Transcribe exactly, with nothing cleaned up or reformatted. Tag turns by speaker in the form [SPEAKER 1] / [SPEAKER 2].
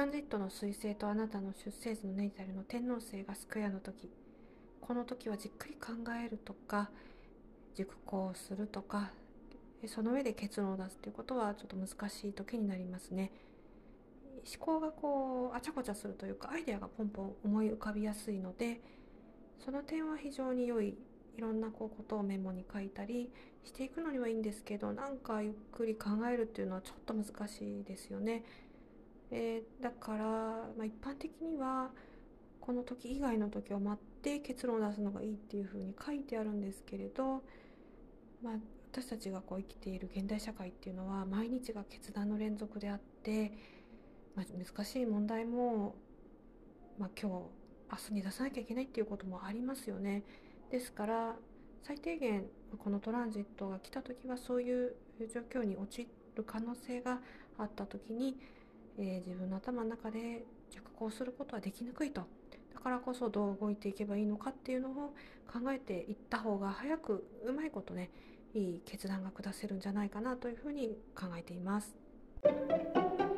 [SPEAKER 1] ンジットの彗星とあなたの出生時のネイタルの天王星がスクエアの時、この時はじっくり考えるとか熟考するとか、その上で結論を出すということはちょっと難しい時になりますね。思考がこうあちゃこちゃするというか、アイデアがポンポン思い浮かびやすいので、その点は非常に良い。いろんなこうことをメモに書いたりしていくのにはいいんですけど、なんかゆっくり考えるっていうのはちょっと難しいですよね。えーだから、まあ、一般的にはこの時以外の時を待って結論を出すのがいいっていうふうに書いてあるんですけれど、まあ、私たちがこう生きている現代社会っていうのは毎日が決断の連続であって、まあ、難しい問題も、まあ、今日明日に出さなきゃいけないっていうこともありますよね。ですから最低限このトランジットが来た時はそういう状況に陥る可能性があった時に、えー自分の頭の中で着工することはできにくいと。だからこそどう動いていけばいいのかっていうのを考えていった方が早くうまいことね、いい決断が下せるんじゃないかなというふうに考えています。